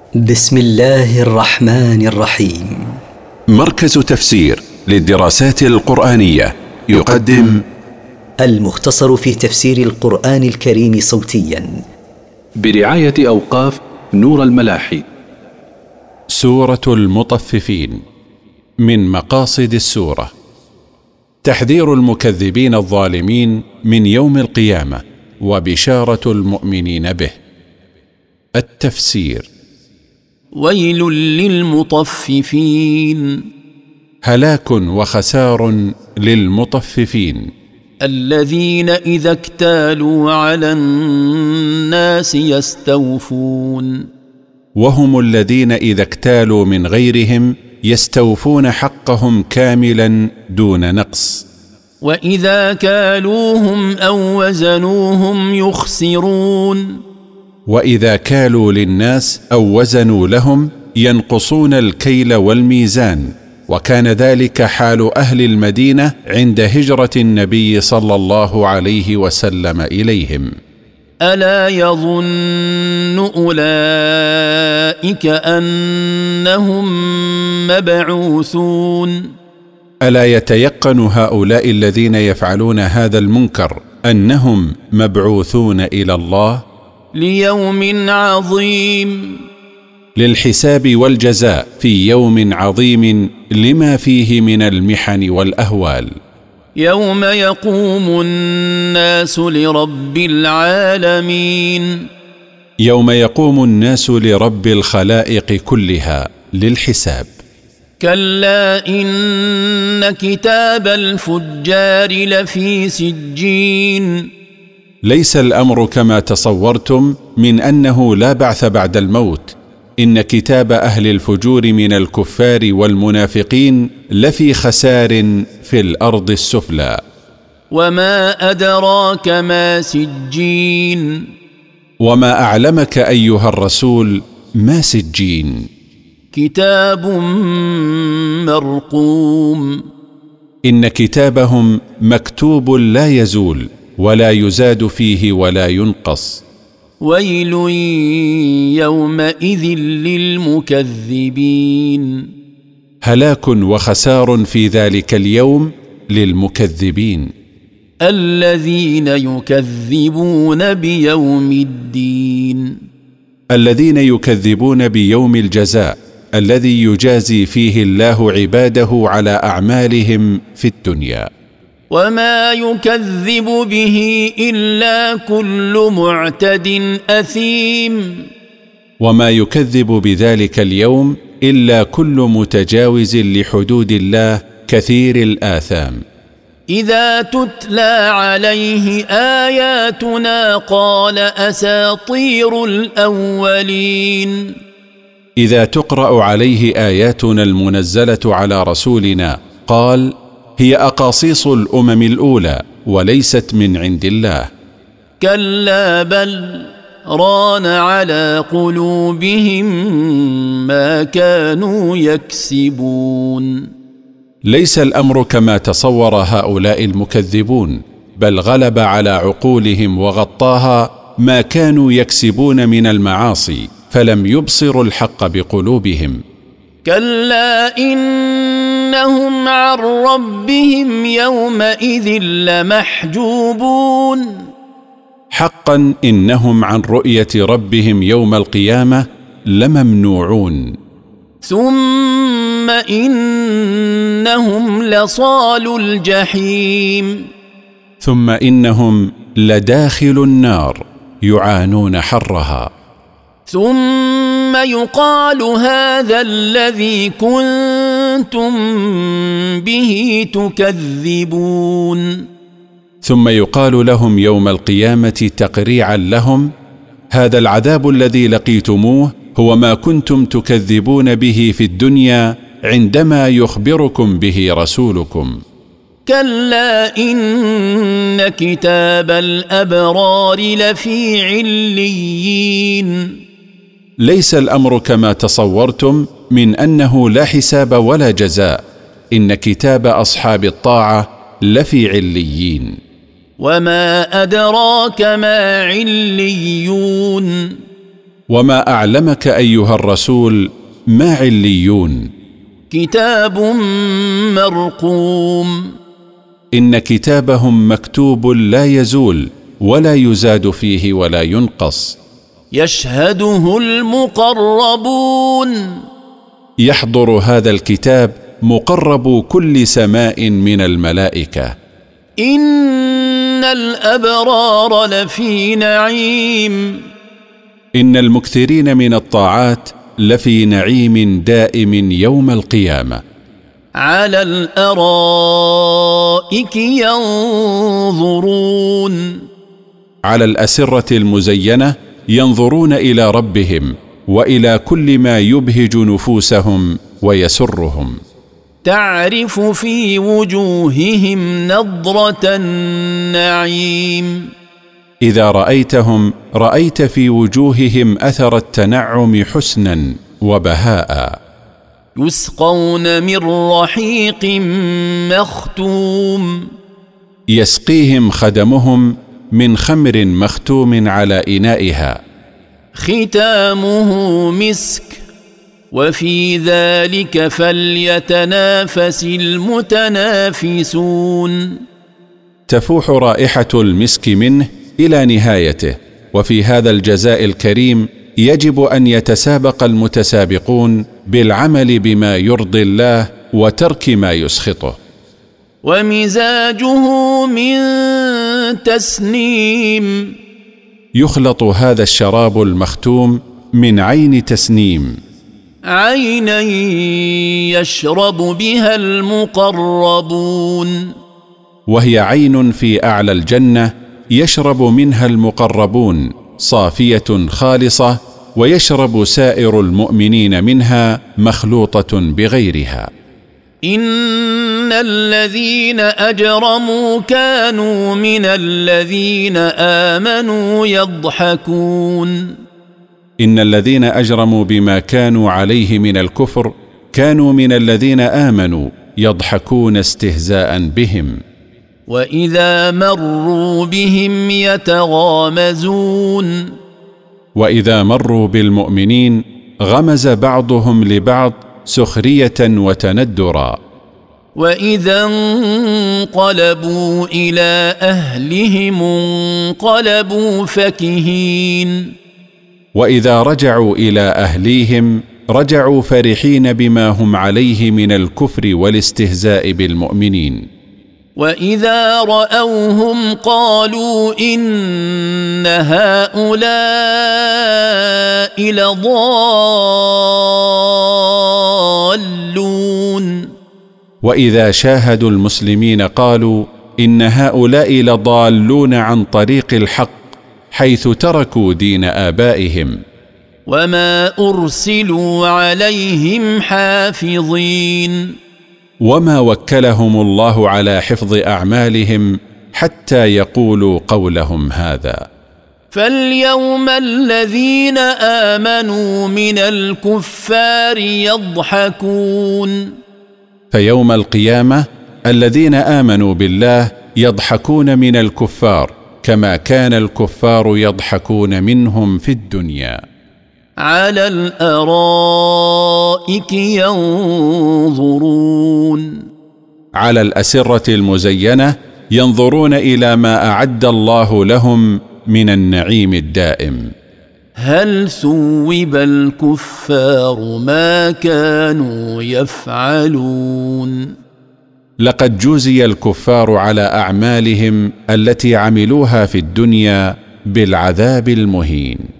بسم الله الرحمن الرحيم. مركز تفسير للدراسات القرآنية يقدم المختصر في تفسير القرآن الكريم صوتيا برعاية أوقاف نور الملاحي. سورة المطففين. من مقاصد السورة تحذير المكذبين الظالمين من يوم القيامة وبشارة المؤمنين به. التفسير: ويل للمطففين، هلاك وخسار للمطففين، الذين إذا اكتالوا على الناس يستوفون، وهم الذين إذا اكتالوا من غيرهم يستوفون حقهم كاملا دون نقص، وإذا كالوهم أو وزنوهم يخسرون، وإذا كالوا للناس أو وزنوا لهم ينقصون الكيل والميزان. وكان ذلك حال أهل المدينة عند هجرة النبي صلى الله عليه وسلم إليهم. ألا يظن أولئك أنهم مبعوثون، ألا يتيقن هؤلاء الذين يفعلون هذا المنكر أنهم مبعوثون إلى الله ليوم عظيم، للحساب والجزاء في يوم عظيم لما فيه من المحن والأهوال، يوم يقوم الناس لرب العالمين، يوم يقوم الناس لرب الخلائق كلها للحساب. كلا إن كتاب الفجار لفي سجين، ليس الأمر كما تصورتم من أنه لا بعث بعد الموت، إن كتاب أهل الفجور من الكفار والمنافقين لفي خسار في الأرض السفلى. وما أدراك ما سجين، وما أعلمك أيها الرسول ما سجين؟ كتاب مرقوم، إن كتابهم مكتوب لا يزول ولا يزاد فيه ولا ينقص. ويل يومئذ للمكذبين، هلاك وخسار في ذلك اليوم للمكذبين، الذين يكذبون بيوم الدين، الذين يكذبون بيوم الجزاء الذي يجازي فيه الله عباده على أعمالهم في الدنيا. وما يكذب به إلا كل معتد أثيم، وما يكذب بذلك اليوم إلا كل متجاوز لحدود الله كثير الآثام. إذا تتلى عليه آياتنا قال أساطير الأولين، إذا تقرأ عليه آياتنا المنزلة على رسولنا قال هي أقاصيص الأمم الأولى وليست من عند الله. كلا بل ران على قلوبهم ما كانوا يكسبون، ليس الأمر كما تصور هؤلاء المكذبون، بل غلب على عقولهم وغطاها ما كانوا يكسبون من المعاصي، فلم يبصروا الحق بقلوبهم. كلا إنهم عن ربهم يومئذ لمحجوبون، حقا إنهم عن رؤية ربهم يوم القيامة لممنوعون. ثم إنهم لصالوا الجحيم، ثم إنهم لداخل النار يعانون حرها. ثم يقال هذا الذي كنتم به تكذبون، ثم يقال لهم يوم القيامة تقريعا لهم هذا العذاب الذي لقيتموه هو ما كنتم تكذبون به في الدنيا عندما يخبركم به رسولكم. كلا إن كتاب الأبرار لفي عليين، ليس الأمر كما تصورتم من أنه لا حساب ولا جزاء، إن كتاب أصحاب الطاعة لفي عليين. وما أدراك ما عليون، وما أعلمك أيها الرسول ما عليون؟ كتاب مرقوم. إن كتابهم مكتوب لا يزول ولا يزاد فيه ولا ينقص. يشهده المقربون. يحضر هذا الكتاب مقرب كل سماء من الملائكة. إن الأبرار لفي نعيم. إن المكثرين من الطاعات لفي نعيم دائم يوم القيامة. على الأرائك ينظرون. على الأسرة المزينة ينظرون إلى ربهم وإلى كل ما يبهج نفوسهم ويسرهم. تعرف في وجوههم نضرة النعيم. إذا رأيتهم رأيت في وجوههم أثر التنعم حسنا وبهاء. يسقون من رحيق مختوم. يسقيهم خدمهم من خمر مختوم على إنائها. ختامه مسك وفي ذلك فليتنافس المتنافسون. تفوح رائحة المسك منه إلى نهايته، وفي هذا الجزاء الكريم يجب أن يتسابق المتسابقون بالعمل بما يرضي الله وترك ما يسخطه. ومزاجه من تسنيم. يخلط هذا الشراب المختوم من عين تسنيم. عينا يشرب بها المقربون. وهي عين في أعلى الجنة يشرب منها المقربون، صافية خالصة، ويشرب سائر المؤمنين منها مخلوطة بغيرها. إن الذين أجرموا كانوا من الذين آمنوا يضحكون. إن الذين أجرموا بما كانوا عليه من الكفر كانوا من الذين آمنوا يضحكون استهزاء بهم. وإذا مروا بهم يتغامزون. وإذا مروا بالمؤمنين غمز بعضهم لبعض سخرية وتندرا. وإذا انقلبوا إلى أهلهم انقلبوا فكهين. وإذا رجعوا إلى أهليهم رجعوا فرحين بما هم عليه من الكفر والاستهزاء بالمؤمنين. وإذا رأوهم قالوا إن هؤلاء لضالون. وإذا شاهدوا المسلمين قالوا إن هؤلاء لضالون عن طريق الحق، حيث تركوا دين آبائهم. وما أرسلوا عليهم حافظين. وما وكلهم الله على حفظ أعمالهم حتى يقولوا قولهم هذا. فاليوم الذين آمنوا من الكفار يضحكون. فيوم القيامة الذين آمنوا بالله يضحكون من الكفار كما كان الكفار يضحكون منهم في الدنيا. على الأرائك ينظرون. على الأسرة المزينة ينظرون إلى ما أعد الله لهم من النعيم الدائم. هل ثوب الكفار ما كانوا يفعلون؟ لقد جوزي الكفار على أعمالهم التي عملوها في الدنيا بالعذاب المهين.